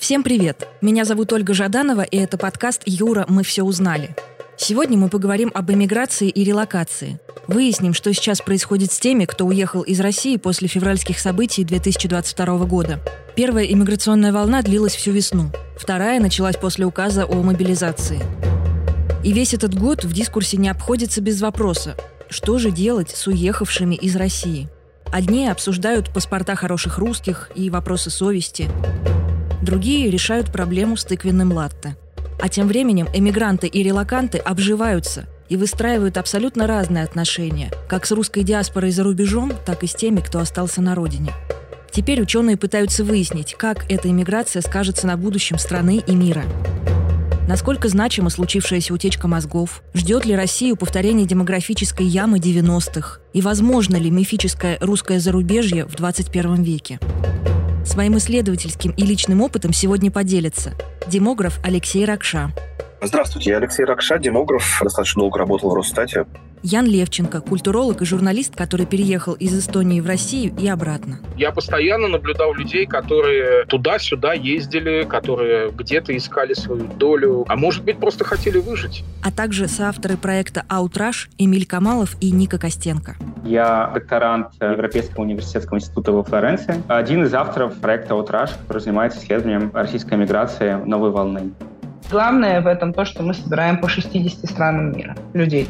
Всем привет! Меня зовут Ольга Жаданова, и это подкаст «Юра, мы все узнали». Сегодня мы поговорим об эмиграции и релокации. Выясним, что сейчас происходит с теми, кто уехал из России после февральских событий 2022 года. Первая иммиграционная волна длилась всю весну. Вторая началась после указа о мобилизации. И весь этот год в дискурсе не обходится без вопроса: что же делать с уехавшими из России? Одни обсуждают паспорта хороших русских и вопросы совести. Другие решают проблему с тыквенным латте. А тем временем эмигранты и релоканты обживаются и выстраивают абсолютно разные отношения, как с русской диаспорой за рубежом, так и с теми, кто остался на родине. Теперь ученые пытаются выяснить, как эта эмиграция скажется на будущем страны и мира. Насколько значима случившаяся утечка мозгов? Ждет ли Россию повторение демографической ямы 90-х? И возможно ли мифическое русское зарубежье в 21 веке? Своим исследовательским и личным опытом сегодня поделится демограф Алексей Ракша. Здравствуйте, я Алексей Ракша, демограф, достаточно долго работал в Росстате. Ян Левченко, культуролог и журналист, который переехал из Эстонии в Россию и обратно. Я постоянно наблюдал людей, которые туда-сюда ездили, которые где-то искали свою долю, а может быть, просто хотели выжить. А также соавторы проекта «Аутраж» Эмиль Камалов и Ника Костенко. Я докторант Европейского университетского института во Флоренции, один из авторов проекта «Аутраж», который занимается исследованием российской миграции новой волны. Главное в этом то, что мы собираем по 60 странам мира людей.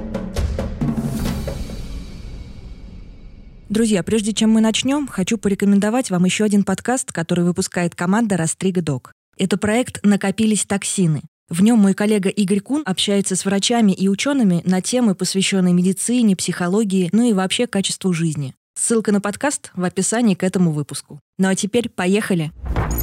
Друзья, прежде чем мы начнем, хочу порекомендовать вам еще один подкаст, который выпускает команда «Растрига Док». Это проект «Накопились токсины». В нем мой коллега Игорь Кун общается с врачами и учеными на темы, посвященные медицине, психологии, ну и вообще качеству жизни. Ссылка на подкаст в описании к этому выпуску. Ну а теперь поехали!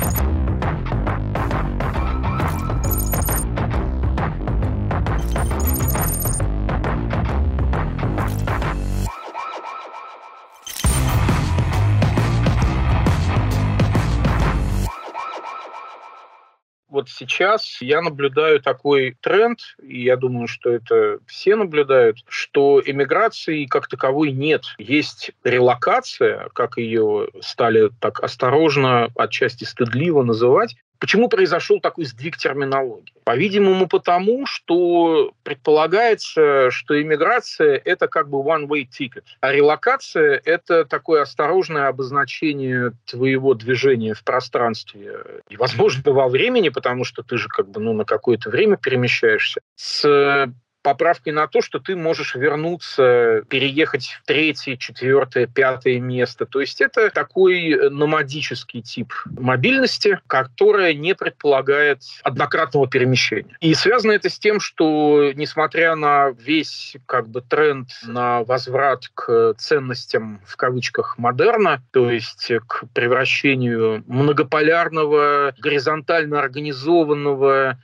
Вот сейчас я наблюдаю такой тренд, и я думаю, что это все наблюдают, что эмиграции как таковой нет. Есть релокация, как ее стали так осторожно, отчасти стыдливо называть. Почему произошел такой сдвиг терминологии? По-видимому, потому, что предполагается, что иммиграция – это как бы one-way ticket, а релокация – это такое осторожное обозначение твоего движения в пространстве и, возможно, во времени, потому что ты же как бы на какое-то время перемещаешься, с поправкой на то, что ты можешь вернуться, переехать в третье, четвертое, пятое место. То есть это такой номадический тип мобильности, которая не предполагает однократного перемещения. И связано это с тем, что, несмотря на весь как бы тренд на возврат к ценностям, в кавычках, модерна, то есть к превращению многополярного, горизонтально организованного,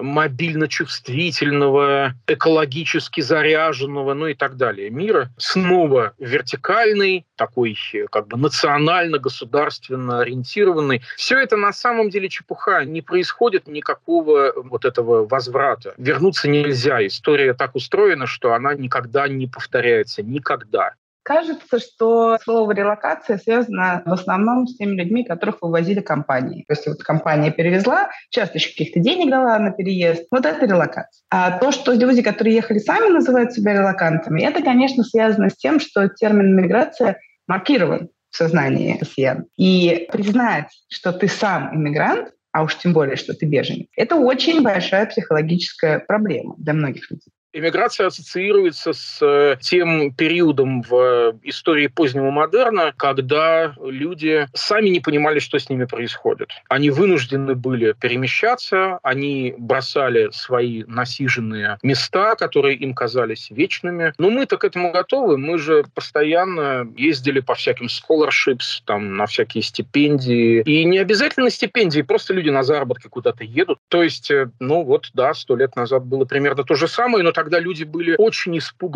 мобильно-чувствительного, экологически заряженного, ну и так далее мира, снова вертикальный, такой как бы национально-государственно ориентированный. Все это на самом деле чепуха. Не происходит никакого вот этого возврата. Вернуться нельзя. История так устроена, что она никогда не повторяется. Никогда. Кажется, что слово «релокация» связано в основном с теми людьми, которых вывозили компании. То есть вот компания перевезла, часто еще каких-то денег дала на переезд. Вот это релокация. А то, что люди, которые ехали сами, называют себя релокантами, это, конечно, связано с тем, что термин «миграция» маркирован в сознании россиян. И признать, что ты сам иммигрант, а уж тем более, что ты беженец, это очень большая психологическая проблема для многих людей. Эмиграция ассоциируется с тем периодом в истории позднего модерна, когда люди сами не понимали, что с ними происходит. Они вынуждены были перемещаться, они бросали свои насиженные места, которые им казались вечными. Но мы-то к этому готовы. Мы же постоянно ездили по всяким scholarships, там, на всякие стипендии. И не обязательно стипендии, просто люди на заработки куда-то едут. То есть, 100 лет назад было примерно то же самое, но тогда люди были очень испуганы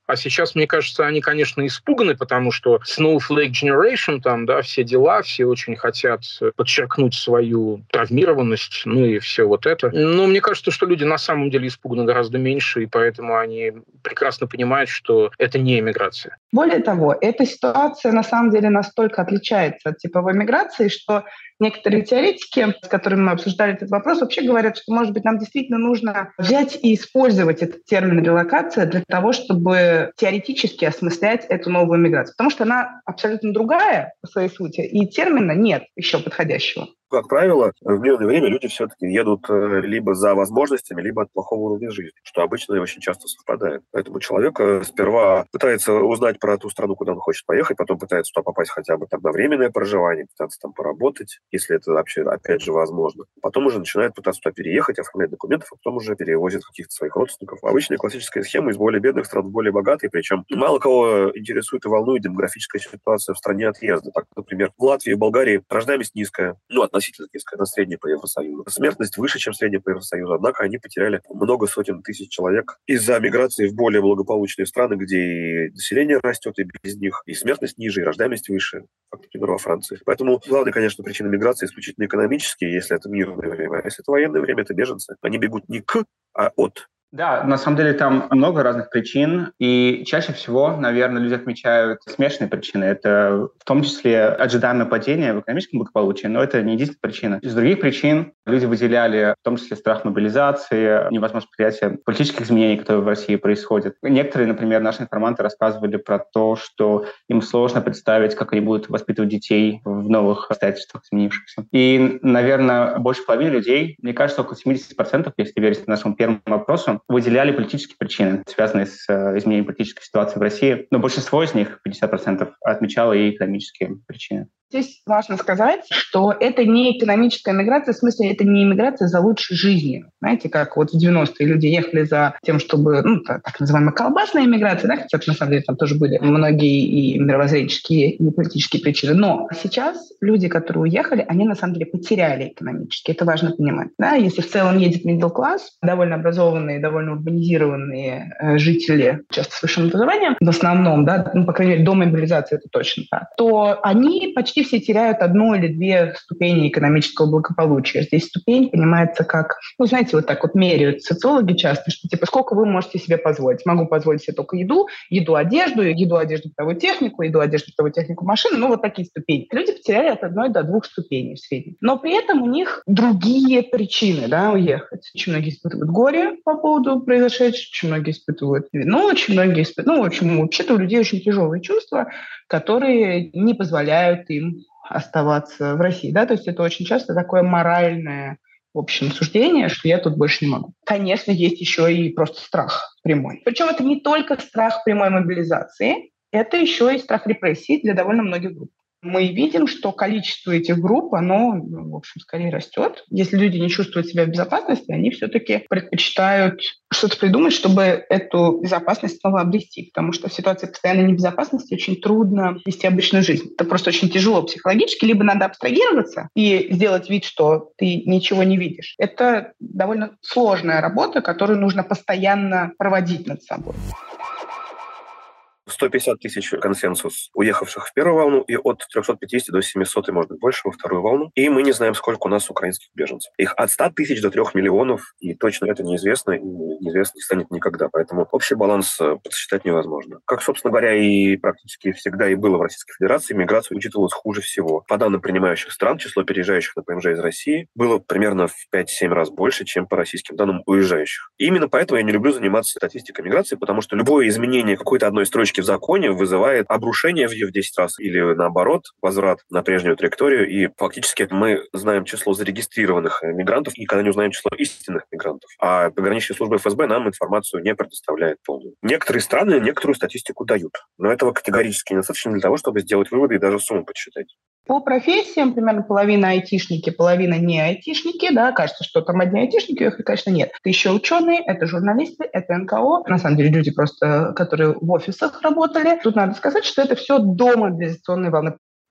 А сейчас, мне кажется, они, конечно, испуганы, потому что Snowflake Generation, там, да, все дела, все очень хотят подчеркнуть свою травмированность, ну и все вот это. Но мне кажется, что люди на самом деле испуганы гораздо меньше, и поэтому они прекрасно понимают, что это не эмиграция. Более того, эта ситуация на самом деле настолько отличается от типовой миграции, что некоторые теоретики, с которыми мы обсуждали этот вопрос, вообще говорят, что, может быть, нам действительно нужно взять и использовать этот термин «релокация» для того, чтобы теоретически осмыслять эту новую миграцию. Потому что она абсолютно другая по своей сути, и термина нет еще подходящего. Как правило, в мирное время люди все-таки едут либо за возможностями, либо от плохого уровня жизни, что обычно очень часто совпадает. Поэтому человек сперва пытается узнать про ту страну, куда он хочет поехать, потом пытается туда попасть хотя бы там на временное проживание, пытаться там поработать, если это вообще, опять же, возможно. Потом уже начинает пытаться туда переехать, оформлять документы, а потом уже перевозит каких-то своих родственников. Обычная классическая схема из более бедных стран в более богатые, причем мало кого интересует и волнует демографическая ситуация в стране отъезда. Так, например, в Латвии и Болгарии рождаемость низкая, относительно низкая, она средняя по Евросоюзу. Смертность выше, чем средняя по Евросоюзу, однако они потеряли много сотен тысяч человек из-за миграции в более благополучные страны, где и население растет, и без них, и смертность ниже, и рождаемость выше, как, например, во Франции. Поэтому главная, конечно, причина миграции исключительно экономические, если это мирное время. А если это военное время, это беженцы. Они бегут не к, а от. Да, на самом деле там много разных причин, и чаще всего, наверное, люди отмечают смешанные причины. Это в том числе ожидаемое падение в экономическом благополучии, но это не единственная причина. Из других причин люди выделяли в том числе страх мобилизации, невозможность принятия политических изменений, которые в России происходят. Некоторые, например, наши информанты рассказывали про то, что им сложно представить, как они будут воспитывать детей в новых обстоятельствах изменившихся. И, наверное, больше половины людей, мне кажется, около 70%, если верить нашему первому вопросу, выделяли политические причины, связанные с изменением политической ситуации в России. Но большинство из них, 50%, отмечало и экономические причины. Здесь важно сказать, что это не экономическая миграция, в смысле, это не миграция за лучшей жизнью. Знаете, как вот в 90-е люди ехали за тем, чтобы, так называемая колбасная миграция, да, хотя на самом деле там тоже были многие и мировоззренческие, и политические причины. Но сейчас люди, которые уехали, они на самом деле потеряли экономически. Это важно понимать. Да? Если в целом едет middle class, довольно образованные, довольно урбанизированные жители, часто с высшим образованием, в основном, да, по крайней мере, до мобилизации это точно так, то они почти все теряют одну или две ступени экономического благополучия. Здесь ступень понимается как, знаете, вот так вот меряют социологи часто, что типа сколько вы можете себе позволить. Могу позволить себе только еду, одежду, бытовую технику, бытовую технику, машину, вот такие ступени. Люди потеряли от 1 до 2 ступеней в среднем. Но при этом у них другие причины, да, уехать. Очень многие испытывают горе по поводу произошедшего, очень многие испытывают вину, очень многие испытывают, в общем, вообще-то у людей очень тяжелые чувства, которые не позволяют им оставаться в России. Да? То есть это очень часто такое моральное, в общем, суждение, что я тут больше не могу. Конечно, есть еще и просто страх прямой. Причем это не только страх прямой мобилизации, это еще и страх репрессий для довольно многих групп. Мы видим, что количество этих групп, оно, в общем, скорее растет. Если люди не чувствуют себя в безопасности, они все-таки предпочитают что-то придумать, чтобы эту безопасность снова обрести. Потому что в ситуации постоянной небезопасности очень трудно вести обычную жизнь. Это просто очень тяжело психологически. Либо надо абстрагироваться и сделать вид, что ты ничего не видишь. Это довольно сложная работа, которую нужно постоянно проводить над собой. 150 тысяч консенсус уехавших в первую волну и от 350 до 700, и, может быть, больше во вторую волну. И мы не знаем, сколько у нас украинских беженцев. Их от 100 тысяч до 3 миллионов, и точно это неизвестно, и неизвестно не станет никогда. Поэтому общий баланс подсчитать невозможно. Как, собственно говоря, и практически всегда и было в Российской Федерации, миграция учитывалась хуже всего. По данным принимающих стран, число переезжающих на ПМЖ из России было примерно в 5-7 раз больше, чем по российским данным уезжающих. И именно поэтому я не люблю заниматься статистикой миграции, потому что любое изменение какой-то одной строчки в законе вызывает обрушение в 10 раз или, наоборот, возврат на прежнюю траекторию. И фактически мы знаем число зарегистрированных мигрантов и никогда не узнаем число истинных мигрантов. А пограничная служба ФСБ нам информацию не предоставляет полную. Некоторые страны некоторую статистику дают, но этого категорически недостаточно для того, чтобы сделать выводы и даже сумму подсчитать. По профессиям примерно половина айтишники, половина не айтишники. Да, кажется, что там одни айтишники, их, конечно, нет. Это еще ученые, это журналисты, это НКО. На самом деле люди просто, которые в офисах работали. Тут надо сказать, что это все до мобилизационной волны.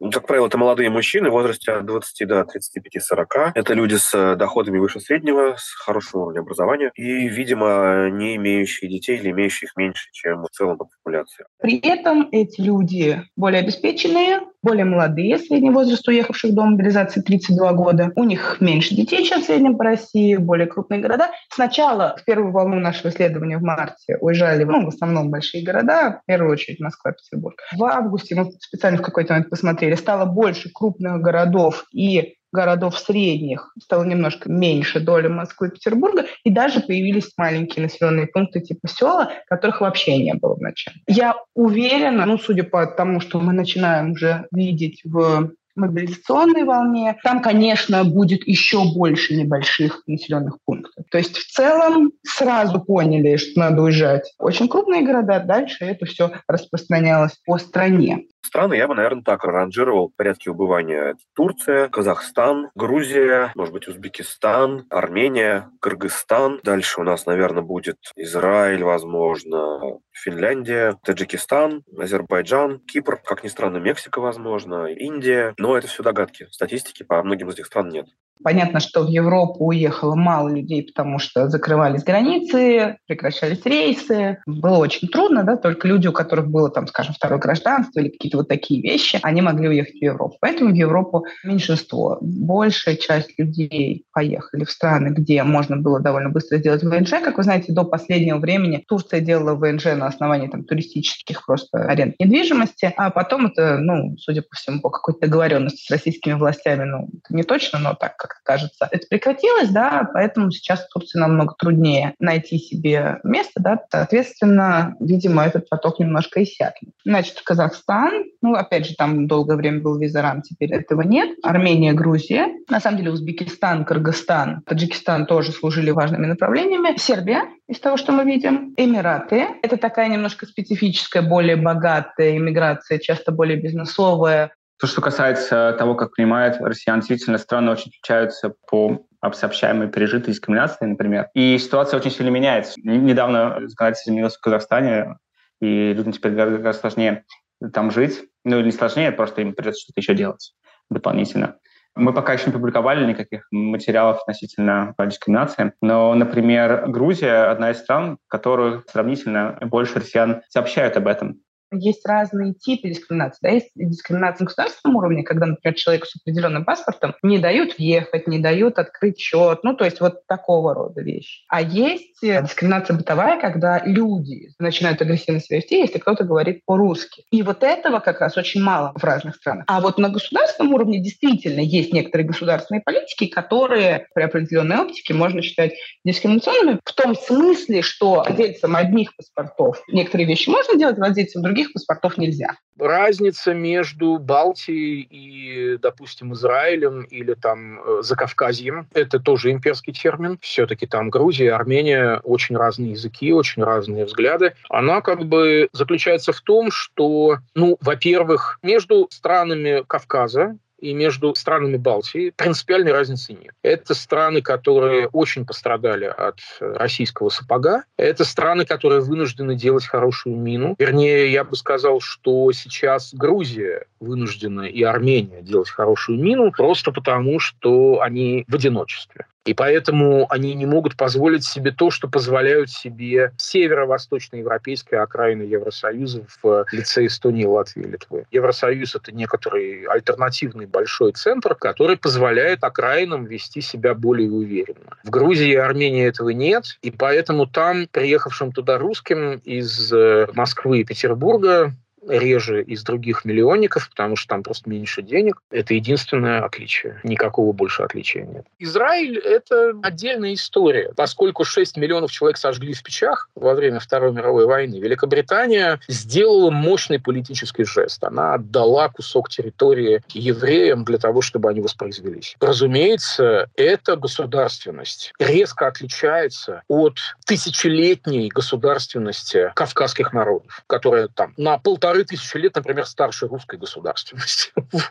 Как правило, это молодые мужчины в возрасте от 20 до 35-40. Это люди с доходами выше среднего, с хорошим уровнем образования и, видимо, не имеющие детей или имеющие их меньше, чем в целом по популяции. При этом эти люди более обеспеченные, более молодые, средний возраст уехавших до мобилизации 32 года. У них меньше детей, чем в среднем по России, более крупные города. Сначала, в первую волну нашего исследования в марте, уезжали в основном большие города, в первую очередь Москва, Петербург. В августе мы специально в какой-то момент посмотрели, стало больше крупных городов и городов средних, стало немножко меньше доли Москвы и Петербурга, и даже появились маленькие населенные пункты типа села, которых вообще не было вначале. Я уверена, судя по тому, что мы начинаем уже видеть в мобилизационной волне, там, конечно, будет еще больше небольших населенных пунктов. То есть в целом сразу поняли, что надо уезжать в очень крупные города, дальше это все распространялось по стране. Страны я бы, наверное, так ранжировал в порядке убывания. Это Турция, Казахстан, Грузия, может быть, Узбекистан, Армения, Кыргызстан. Дальше у нас, наверное, будет Израиль, возможно, Финляндия, Таджикистан, Азербайджан, Кипр, как ни странно, Мексика, возможно, Индия. Но это все догадки. Статистики по многим из этих стран нет. Понятно, что в Европу уехало мало людей, потому что закрывались границы, прекращались рейсы. Было очень трудно, да, только люди, у которых было, там, скажем, второе гражданство или какие-то вот такие вещи, они могли уехать в Европу. Поэтому в Европу меньшинство. Большая часть людей поехали в страны, где можно было довольно быстро сделать ВНЖ. Как вы знаете, до последнего времени Турция делала ВНЖ на основании туристических просто аренд недвижимости, а потом это, судя по всему, по какой-то договоренности с российскими властями, это не точно, но так как кажется, это прекратилось, да, поэтому сейчас в Турции намного труднее найти себе место, да, соответственно, видимо, этот поток немножко иссякнет. Значит, Казахстан, опять же, там долгое время был визарам, теперь этого нет. Армения, Грузия, на самом деле Узбекистан, Кыргызстан, Таджикистан тоже служили важными направлениями. Сербия, из того, что мы видим. Эмираты, это такая немножко специфическая, более богатая иммиграция, часто более бизнесовая. То, что касается того, как принимают россиян, действительно страны очень отличаются по сообщаемой пережитой дискриминации, например. И ситуация очень сильно меняется. Недавно законодательство изменилось в Казахстане, и людям теперь гораздо сложнее там жить. Или не сложнее, просто им придется что-то еще делать дополнительно. Мы пока еще не публиковали никаких материалов относительно дискриминации, но, например, Грузия — одна из стран, в которых сравнительно больше россиян сообщают об этом. Есть разные типы дискриминации. Да? Есть дискриминация на государственном уровне, когда, например, человеку с определенным паспортом не дают въехать, не дают открыть счет, то есть вот такого рода вещи. А есть дискриминация бытовая, когда люди начинают агрессивно себя вести, если кто-то говорит по-русски. И вот этого как раз очень мало в разных странах. А вот на государственном уровне действительно есть некоторые государственные политики, которые при определенной оптике можно считать дискриминационными в том смысле, что владельцам одних паспортов некоторые вещи можно делать, владельцам других паспортов нельзя. Разница между Балтией и, допустим, Израилем или Закавказьем — это тоже имперский термин. Все-таки там Грузия, Армения, очень разные языки, очень разные взгляды. Она заключается в том, что, во-первых, между странами Кавказа и между странами Балтии принципиальной разницы нет. Это страны, которые очень пострадали от российского сапога. Это страны, которые вынуждены делать хорошую мину. Вернее, я бы сказал, что сейчас Грузия вынуждена и Армения делать хорошую мину просто потому, что они в одиночестве. И поэтому они не могут позволить себе то, что позволяют себе северо-восточноевропейская окраина Евросоюза в лице Эстонии, Латвии и Литвы. Евросоюз — это некоторый альтернативный большой центр, который позволяет окраинам вести себя более уверенно. В Грузии и Армении этого нет, и поэтому там, приехавшим туда русским из Москвы и Петербурга, реже из других миллионников, потому что там просто меньше денег. Это единственное отличие. Никакого больше отличия нет. Израиль — это отдельная история. Поскольку 6 миллионов человек сожгли в печах во время Второй мировой войны, Великобритания сделала мощный политический жест. Она отдала кусок территории евреям для того, чтобы они воспроизвелись. Разумеется, эта государственность резко отличается от тысячелетней государственности кавказских народов, которая на 1500 лет, например, старше русской государственности.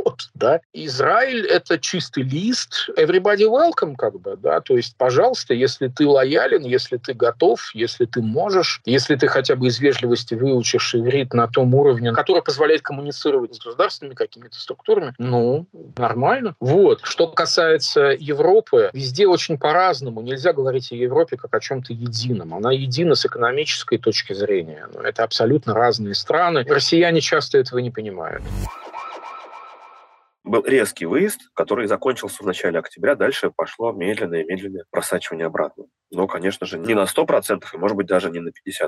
да. Израиль — это чистый лист, everybody welcome, как бы, да, то есть, пожалуйста, если ты лоялен, если ты готов, если ты можешь, если ты хотя бы из вежливости выучишь иврит на том уровне, который позволяет коммуницировать с государственными какими-то структурами, ну, нормально. Вот. Что касается Европы, везде очень по-разному. Нельзя говорить о Европе как о чем-то едином. Она едина с экономической точки зрения. Но это абсолютно разные страны. Россияне часто этого не понимают. Был резкий выезд, который закончился в начале октября. Дальше пошло медленное просачивание обратно. Но, конечно же, не на 100%, и, может быть, даже не на 50%.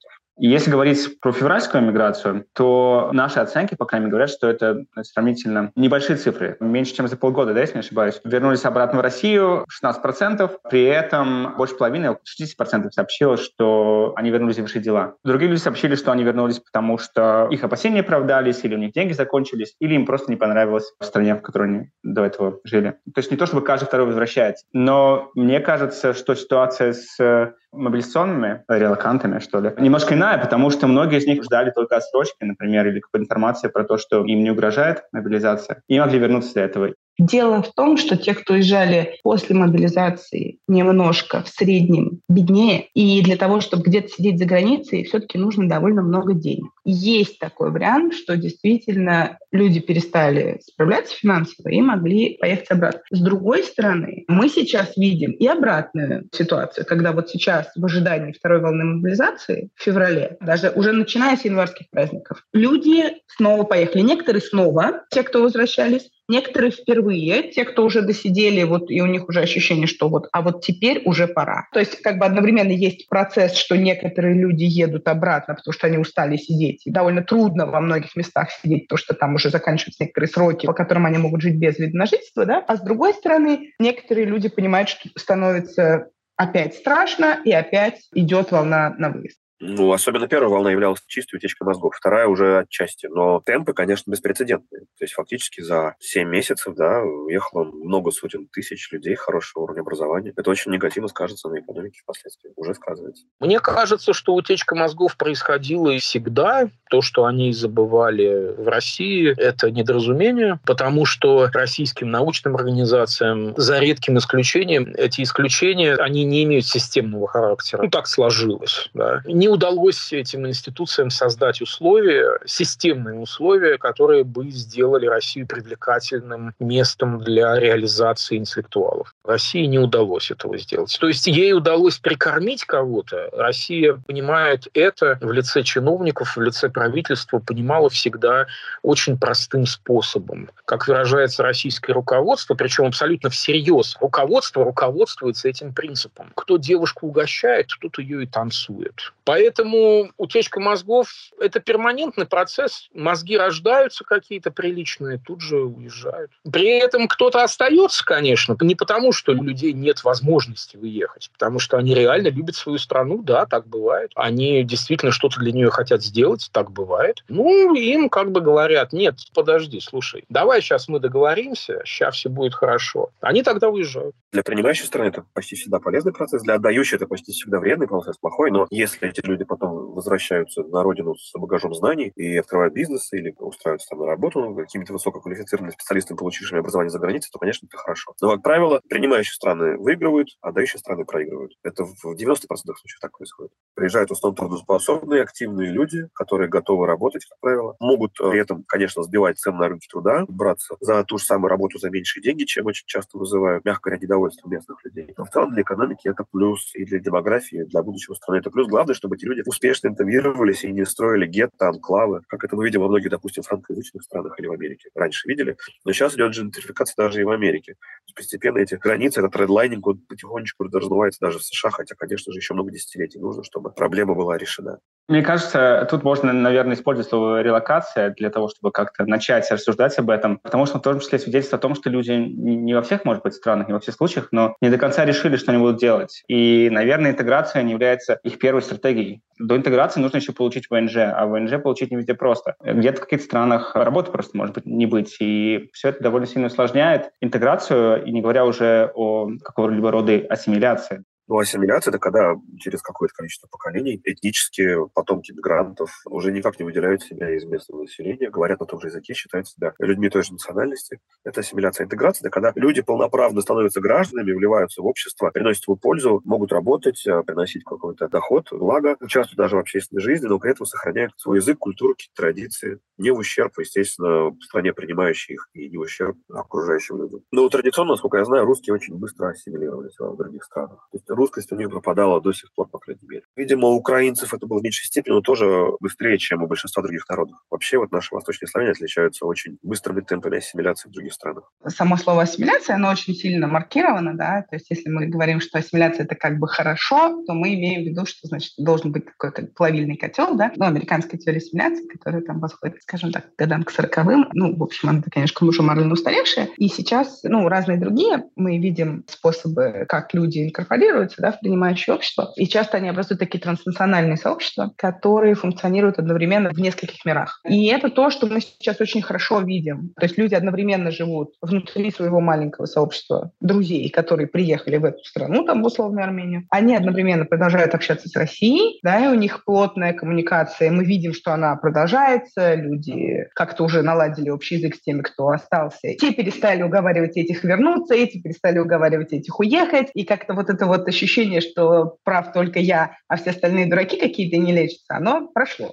Если говорить про февральскую миграцию, то наши оценки, по крайней мере, говорят, что это сравнительно небольшие цифры. Меньше, чем за полгода, да, если не ошибаюсь. Вернулись обратно в Россию 16%. При этом больше половины, около 60% сообщило, что они вернулись завершить дела. Другие люди сообщили, что они вернулись, потому что их опасения оправдались, или у них деньги закончились, или им просто не понравилось в стране, в которой они до этого жили. То есть не то, чтобы каждый второй возвращается. Но мне кажется, что ситуация с мобилизационными релокантами, что ли, немножко иная, потому что многие из них ждали только отсрочки, например, или какой-то информации про то, что им не угрожает мобилизация, и могли вернуться до этого. Дело в том, что те, кто уезжали после мобилизации, немножко в среднем беднее, и для того, чтобы где-то сидеть за границей, все-таки нужно довольно много денег. Есть такой вариант, что действительно люди перестали справляться финансово и могли поехать обратно. С другой стороны, мы сейчас видим и обратную ситуацию, когда вот сейчас в ожидании второй волны мобилизации в феврале, даже уже начиная с январских праздников, люди снова поехали. Некоторые снова, те, кто возвращались, некоторые впервые, те, кто уже досидели, вот, и у них уже ощущение, что вот, а вот теперь уже пора. То есть как бы одновременно есть процесс, что некоторые люди едут обратно, потому что они устали сидеть. И довольно трудно во многих местах сидеть, потому что там уже заканчиваются некоторые сроки, по которым они могут жить без вида на жительство. Да? А с другой стороны, некоторые люди понимают, что становится опять страшно, и опять идет волна на выезд. Ну, особенно первая волна являлась чистой утечкой мозгов, вторая уже отчасти. Но темпы, конечно, беспрецедентные. То есть фактически за 7 месяцев, да, уехало много сотен тысяч людей хорошего уровня образования. Это очень негативно скажется на экономике впоследствии. Уже сказывается. Мне кажется, что утечка мозгов происходила и всегда. То, что они забывали в России, это недоразумение, потому что российским научным организациям, за редким исключением, эти исключения, они не имеют системного характера. Ну, так сложилось, да. Не удалось этим институциям создать условия, системные условия, которые бы сделали Россию привлекательным местом для реализации интеллектуалов. России не удалось этого сделать. То есть ей удалось прикормить кого-то. Россия понимает это в лице чиновников, в лице правительства, понимала всегда очень простым способом. Как выражается российское руководство, причем абсолютно всерьез, руководство руководствуется этим принципом. Кто девушку угощает, тот ее и танцует. Поэтому утечка мозгов – это перманентный процесс. Мозги рождаются какие-то приличные, тут же уезжают. При этом кто-то остается, конечно, не потому, что у людей нет возможности уехать, потому что они реально любят свою страну, да, так бывает. Они действительно что-то для нее хотят сделать, так бывает. Ну, им как бы говорят: нет, подожди, слушай, давай сейчас мы договоримся, сейчас все будет хорошо. Они тогда уезжают. Для принимающей страны это почти всегда полезный процесс, для отдающей это почти всегда вредный процесс, плохой, но если эти люди потом возвращаются на родину с багажом знаний и открывают бизнес или устраиваются там на работу какими-то высококвалифицированными специалистами, получившими образование за границей, то, конечно, это хорошо. Но, как правило, принимающие страны выигрывают, а отдающие страны проигрывают. Это в 90% случаев так происходит. Приезжают в основном трудоспособные, активные люди, которые готовы работать, как правило, могут при этом, конечно, сбивать цены на рынке труда, браться за ту же самую работу за меньшие деньги, чем очень часто вызывают, мягко говоря, недовольство местных людей. Но в целом для экономики это плюс, и для демографии, для будущего страны это плюс. Главное, чтобы эти люди успешно интегрировались и не строили гетто, анклавы, как это мы видим во многих, допустим, франкоязычных странах или в Америке. Раньше видели, но сейчас идет джентрификация даже и в Америке. Постепенно эти границы, этот редлайнинг потихонечку размывается даже в США, хотя, конечно же, еще много десятилетий нужно, чтобы проблема была решена. Мне кажется, тут можно, наверное, использовать слово «релокация» для того, чтобы как-то начать рассуждать об этом, потому что в том числе свидетельствует о том, что люди не во всех, может быть, странах, не во всех случаях, но не до конца решили, что они будут делать. И, наверное, интеграция не является их первой стратегией. До интеграции нужно еще получить ВНЖ, а ВНЖ получить не везде просто. Где-то в каких-то странах работы просто может быть не быть, и все это довольно сильно усложняет интеграцию, и не говоря уже о какого-либо рода ассимиляции. Ну, ассимиляция – это когда через какое-то количество поколений этнические потомки мигрантов уже никак не выделяют себя из местного населения, говорят на том же языке, считают себя людьми той же национальности. Это ассимиляция. Интеграция – это когда люди полноправно становятся гражданами, вливаются в общество, приносят ему пользу, могут работать, приносить какой-то доход, благо, участвуют даже в общественной жизни, но при этом сохраняют свой язык, культуру, какие-то традиции, не в ущерб, естественно, стране, принимающей их, и не в ущерб окружающим людям. Но традиционно, насколько я знаю, русские очень быстро ассимилировались в других странах. То есть русскость у них пропадала до сих пор, по крайней мере. Видимо, у украинцев это было в меньшей степени, но тоже быстрее, чем у большинства других народов. Вообще, вот наши восточные славяне отличаются очень быстрыми темпами ассимиляции в других странах. Само слово ассимиляция, оно очень сильно маркировано, да, то есть если мы говорим, что ассимиляция – это как бы хорошо, то мы имеем в виду, что, значит, должен быть такой как плавильный котел, да, ну, американская теория ассимиляции, которая там восходит, скажем так, к годам к 40-м, ну, в общем, она, конечно, уже морально устаревшая, и сейчас, ну, разные другие, мы видим способы, как люди инкорпорируются, да, в принимающее общество, и часто они образуют такие транснациональные сообщества, которые функционируют одновременно в нескольких мирах. И это то, что мы сейчас очень хорошо видим. То есть люди одновременно живут внутри своего маленького сообщества друзей, которые приехали в эту страну, там, в условную Армению. Они одновременно продолжают общаться с Россией, да, и у них плотная коммуникация. Мы видим, что она продолжается, люди как-то уже наладили общий язык с теми, кто остался. Те перестали уговаривать этих вернуться, эти перестали уговаривать этих уехать. И как-то вот это вот ощущение, что прав только я, а все остальные дураки какие-то не лечатся, оно прошло.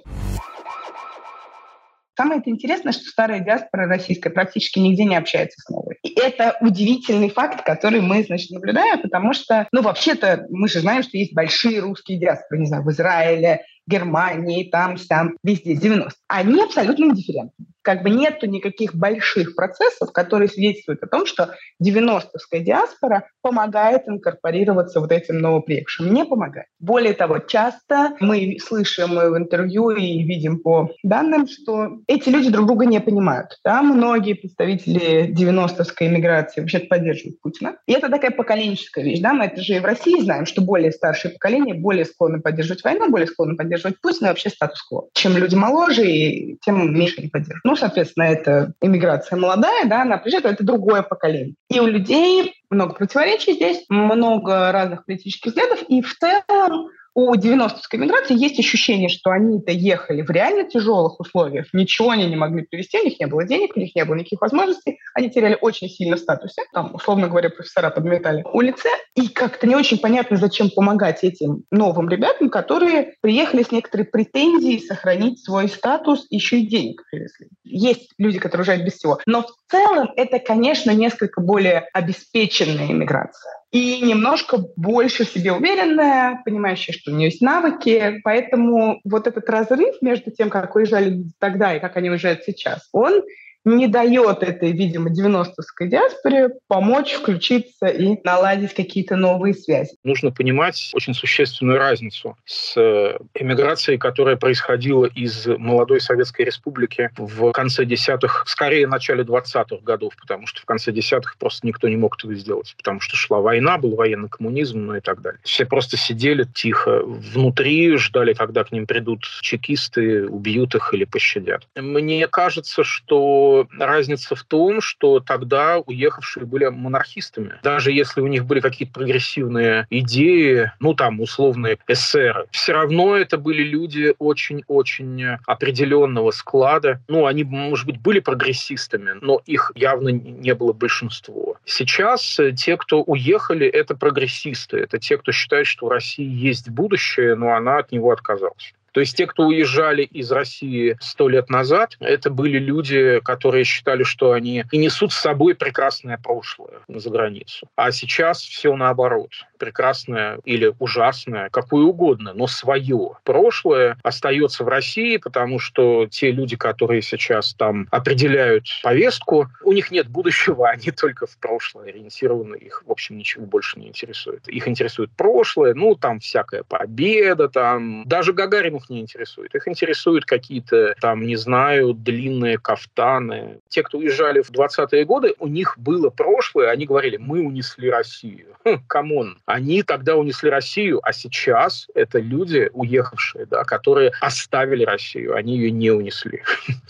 Самое интересное, что старая диаспора российская практически нигде не общается с новой. И это удивительный факт, который мы, значит, наблюдаем, потому что, ну, вообще-то мы же знаем, что есть большие русские диаспоры, не знаю, в Израиле, Германии, там, сям, везде, 90. Они абсолютно индифферентны. Как бы нету никаких больших процессов, которые свидетельствуют о том, что 90-ская диаспора помогает инкорпорироваться вот этим новоприехавшим. Не помогает. Более того, часто мы слышим в интервью и видим по данным, что эти люди друг друга не понимают. Да? Многие представители 90-ской эмиграции вообще поддерживают Путина. И это такая поколенческая вещь. Да? Мы это же и в России знаем, что более старшее поколение более склонны поддерживать войну, более склонны поддерживать Путина и вообще статус-кво. Чем люди моложе, и тем меньше не поддерживают. Ну, соответственно, это эмиграция молодая, да, она приезжает, это другое поколение. И у людей много противоречий здесь, много разных политических взглядов, и в целом у 90-ской миграции есть ощущение, что они-то ехали в реально тяжелых условиях, ничего они не могли привезти, у них не было денег, у них не было никаких возможностей, они теряли очень сильно в статусе, там, условно говоря, профессора подметали улицы, и как-то не очень понятно, зачем помогать этим новым ребятам, которые приехали с некоторой претензией сохранить свой статус, еще и денег привезли. Есть люди, которые уезжают без всего, но в целом это, конечно, несколько более обеспеченная иммиграция. И немножко больше в себе уверенная, понимающая, что у нее есть навыки. Поэтому вот этот разрыв между тем, как уезжали люди тогда и как они уезжают сейчас, он не дает этой, видимо, 90-ской диаспоре помочь включиться и наладить какие-то новые связи. Нужно понимать очень существенную разницу с эмиграцией, которая происходила из молодой Советской Республики в конце десятых, скорее в начале 20-х годов, потому что в конце десятых просто никто не мог этого сделать, потому что шла война, был военный коммунизм, ну и так далее. Все просто сидели тихо внутри, ждали, когда к ним придут чекисты, убьют их или пощадят. Мне кажется, что разница в том, что тогда уехавшие были монархистами. Даже если у них были какие-то прогрессивные идеи, ну там условные эсеры, все равно это были люди очень-очень определенного склада. Ну, они, может быть, были прогрессистами, но их явно не было большинство. Сейчас те, кто уехали, это прогрессисты. Это те, кто считает, что у России есть будущее, но она от него отказалась. То есть те, кто уезжали из России 100 лет назад, это были люди, которые считали, что они и несут с собой прекрасное прошлое за границу. А сейчас все наоборот. Прекрасное или ужасное, какое угодно, но свое прошлое остается в России, потому что те люди, которые сейчас там определяют повестку, у них нет будущего, они только в прошлое ориентированы, их, в общем, ничего больше не интересует. Их интересует прошлое, ну, там всякая победа, там даже Гагаринов не интересует. Их интересуют какие-то, там, не знаю, длинные кафтаны. Те, кто уезжали в 20-е годы, у них было прошлое, они говорили, мы унесли Россию. Камон. Они тогда унесли Россию, а сейчас это люди, уехавшие, да, которые оставили Россию, они ее не унесли.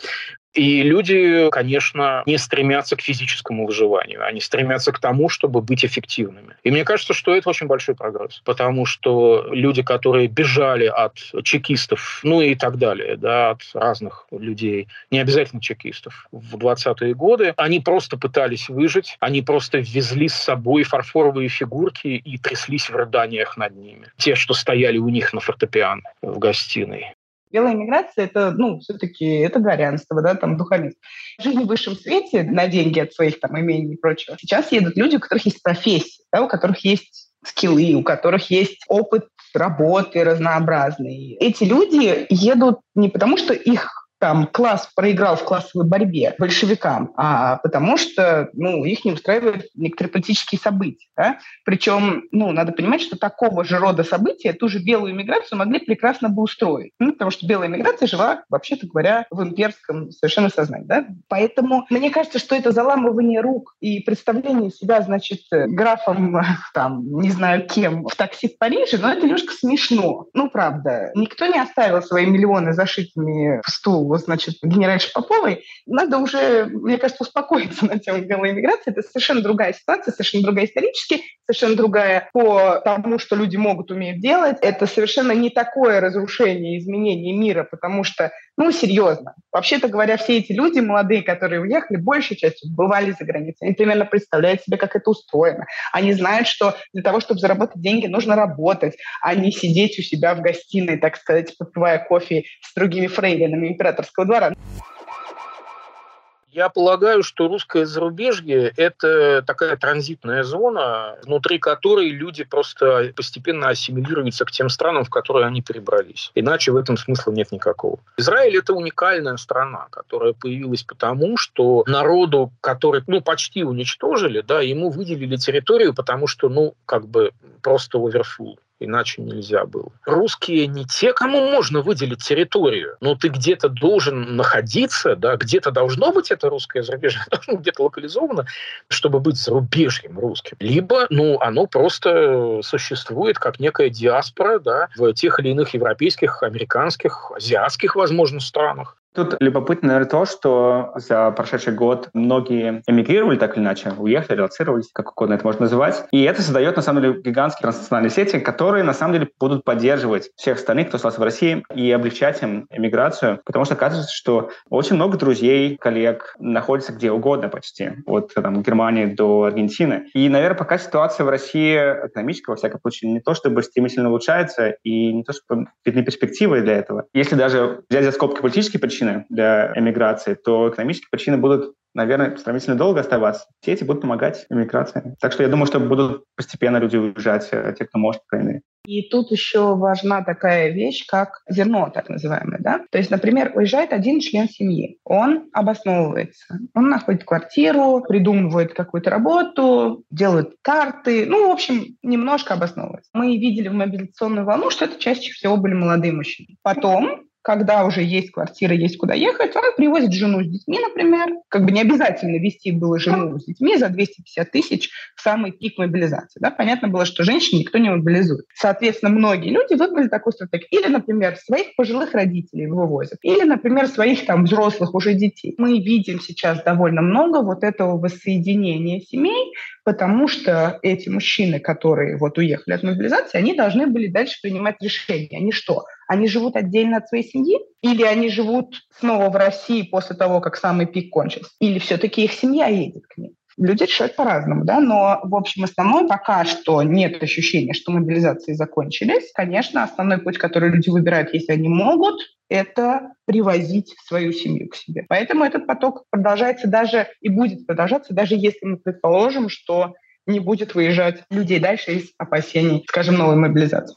И люди, конечно, не стремятся к физическому выживанию, они стремятся к тому, чтобы быть эффективными. И мне кажется, что это очень большой прогресс, потому что люди, которые бежали от чекистов, ну и так далее, да, от разных людей, не обязательно чекистов, в 20-е годы, они просто пытались выжить, они просто везли с собой фарфоровые фигурки и тряслись в рыданиях над ними. Те, что стояли у них на фортепиано в гостиной. Белая миграция – это, все-таки это дворянство, да, там, духовенство. Жизнь в высшем свете на деньги от своих там имений и прочего. Сейчас едут люди, у которых есть профессия, да, у которых есть скиллы, у которых есть опыт работы разнообразный. Эти люди едут не потому, что их там класс проиграл в классовой борьбе большевикам, а потому что, их не устраивают некоторые политические события, да? Причем, надо понимать, что такого же рода события ту же белую миграцию могли прекрасно бы устроить, потому что белая миграция жила, вообще-то говоря, в имперском совершенно сознании, да? Поэтому мне кажется, что это заламывание рук и представление себя, значит, графом, там, не знаю кем, в такси в Париже, но это немножко смешно. Правда. Никто не оставил свои миллионы зашитыми в стул, значит, генеральши Поповой. Надо уже, мне кажется, успокоиться на тему белой миграции. Это совершенно другая ситуация, совершенно другая исторически, совершенно другая по тому, что люди могут, умеют делать. Это совершенно не такое разрушение, изменение мира, потому что, серьезно, вообще-то говоря, все эти люди молодые, которые уехали, большей частью бывали за границей. Они примерно представляют себе, как это устроено. Они знают, что для того, чтобы заработать деньги, нужно работать, а не сидеть у себя в гостиной, так сказать, попивая кофе с другими фрейлинами императорского двора. Я полагаю, что русское зарубежье – это такая транзитная зона, внутри которой люди просто постепенно ассимилируются к тем странам, в которые они перебрались. Иначе в этом смысла нет никакого. Израиль – это уникальная страна, которая появилась потому, что народу, который почти уничтожили, да, ему выделили территорию, потому что, просто оверфул. Иначе нельзя было. Русские не те, кому можно выделить территорию, но ты где-то должен находиться, да, где-то должно быть это русское зарубежье, должно быть где-то локализовано, чтобы быть зарубежьем русским. Либо, оно просто существует как некая диаспора, да, в тех или иных европейских, американских, азиатских, возможно, странах. Тут любопытно, наверное, то, что за прошедший год многие эмигрировали так или иначе, уехали, релоцировались, как угодно это можно называть. И это создает, на самом деле, гигантские транснациональные сети, которые, на самом деле, будут поддерживать всех остальных, кто остался в России, и облегчать им эмиграцию. Потому что оказывается, что очень много друзей, коллег находятся где угодно почти. От Германии до Аргентины. И, наверное, пока ситуация в России экономическая, во всяком случае, не то чтобы стремительно улучшается, и не то чтобы видны перспективы для этого. Если даже взять за скобки политические причины для эмиграции, то экономические причины будут, наверное, сравнительно долго оставаться. Все эти будут помогать эмиграции. Так что я думаю, что будут постепенно люди уезжать, те, кто может, по крайней мере. И тут еще важна такая вещь, как зерно, так называемое. Да? То есть, например, уезжает один член семьи. Он обосновывается. Он находит квартиру, придумывает какую-то работу, делает карты. В общем, немножко обосновывается. Мы видели в мобилизационную волну, что это чаще всего были молодые мужчины. Потом, когда уже есть квартира, есть куда ехать, он привозит жену с детьми, например. Не обязательно везти было жену с детьми за 250 тысяч в самый пик мобилизации. Да? Понятно было, что женщин никто не мобилизует. Соответственно, многие люди выбрали такую стратегию. Или, например, своих пожилых родителей вывозят. Или, например, своих взрослых уже детей. Мы видим сейчас довольно много вот этого воссоединения семей, потому что эти мужчины, которые уехали от мобилизации, они должны были дальше принимать решения. Они что? Они живут отдельно от своей семьи? Или они живут снова в России после того, как самый пик кончился? Или все-таки их семья едет к ним? Люди решают по-разному, да, но в общем основном пока что нет ощущения, что мобилизации закончились. Конечно, основной путь, который люди выбирают, если они могут, это привозить свою семью к себе. Поэтому этот поток продолжается даже и будет продолжаться, даже если мы предположим, что не будет выезжать людей дальше из опасений, скажем, новой мобилизации.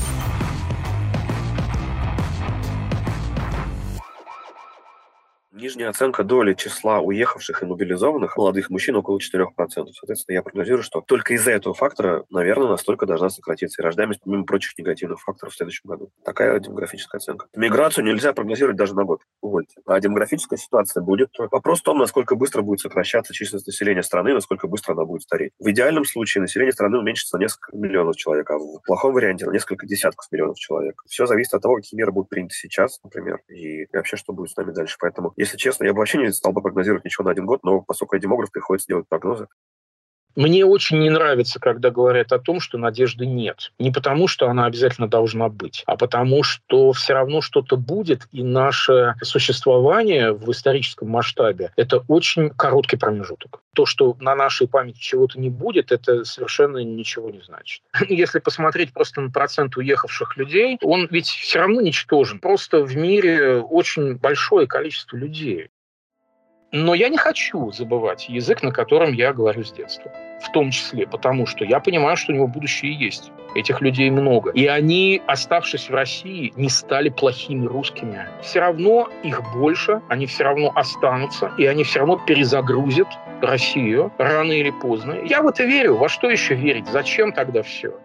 Нижняя оценка доли числа уехавших и мобилизованных молодых мужчин около 4%. Соответственно, я прогнозирую, что только из-за этого фактора, наверное, настолько должна сократиться и рождаемость, помимо прочих негативных факторов в следующем году. Такая демографическая оценка. Миграцию нельзя прогнозировать даже на год. Увольте. А демографическая ситуация будет. Вопрос в том, насколько быстро будет сокращаться численность населения страны, насколько быстро она будет стареть. В идеальном случае население страны уменьшится на несколько миллионов человек, а в плохом варианте на несколько десятков миллионов человек. Все зависит от того, какие меры будут приняты сейчас, например, и вообще, что будет с нами дальше. Поэтому, если Если честно, я бы вообще не стал бы прогнозировать ничего на 1 год, но поскольку я демограф, приходится делать прогнозы. Мне очень не нравится, когда говорят о том, что надежды нет. Не потому, что она обязательно должна быть, а потому, что все равно что-то будет, и наше существование в историческом масштабе – это очень короткий промежуток. То, что на нашей памяти чего-то не будет, это совершенно ничего не значит. Если посмотреть просто на процент уехавших людей, он ведь все равно ничтожен. Просто в мире очень большое количество людей. Но я не хочу забывать язык, на котором я говорю с детства. В том числе потому, что я понимаю, что у него будущее есть. Этих людей много. И они, оставшись в России, не стали плохими русскими. Все равно их больше, они все равно останутся, и они все равно перезагрузят Россию рано или поздно. Я в это верю. Во что еще верить? Зачем тогда все?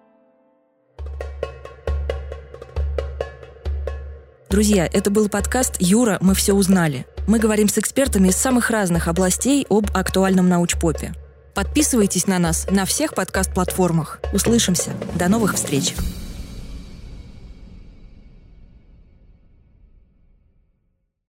Друзья, это был подкаст «Юра, мы все узнали». Мы говорим с экспертами из самых разных областей об актуальном научпопе. Подписывайтесь на нас на всех подкаст-платформах. Услышимся. До новых встреч.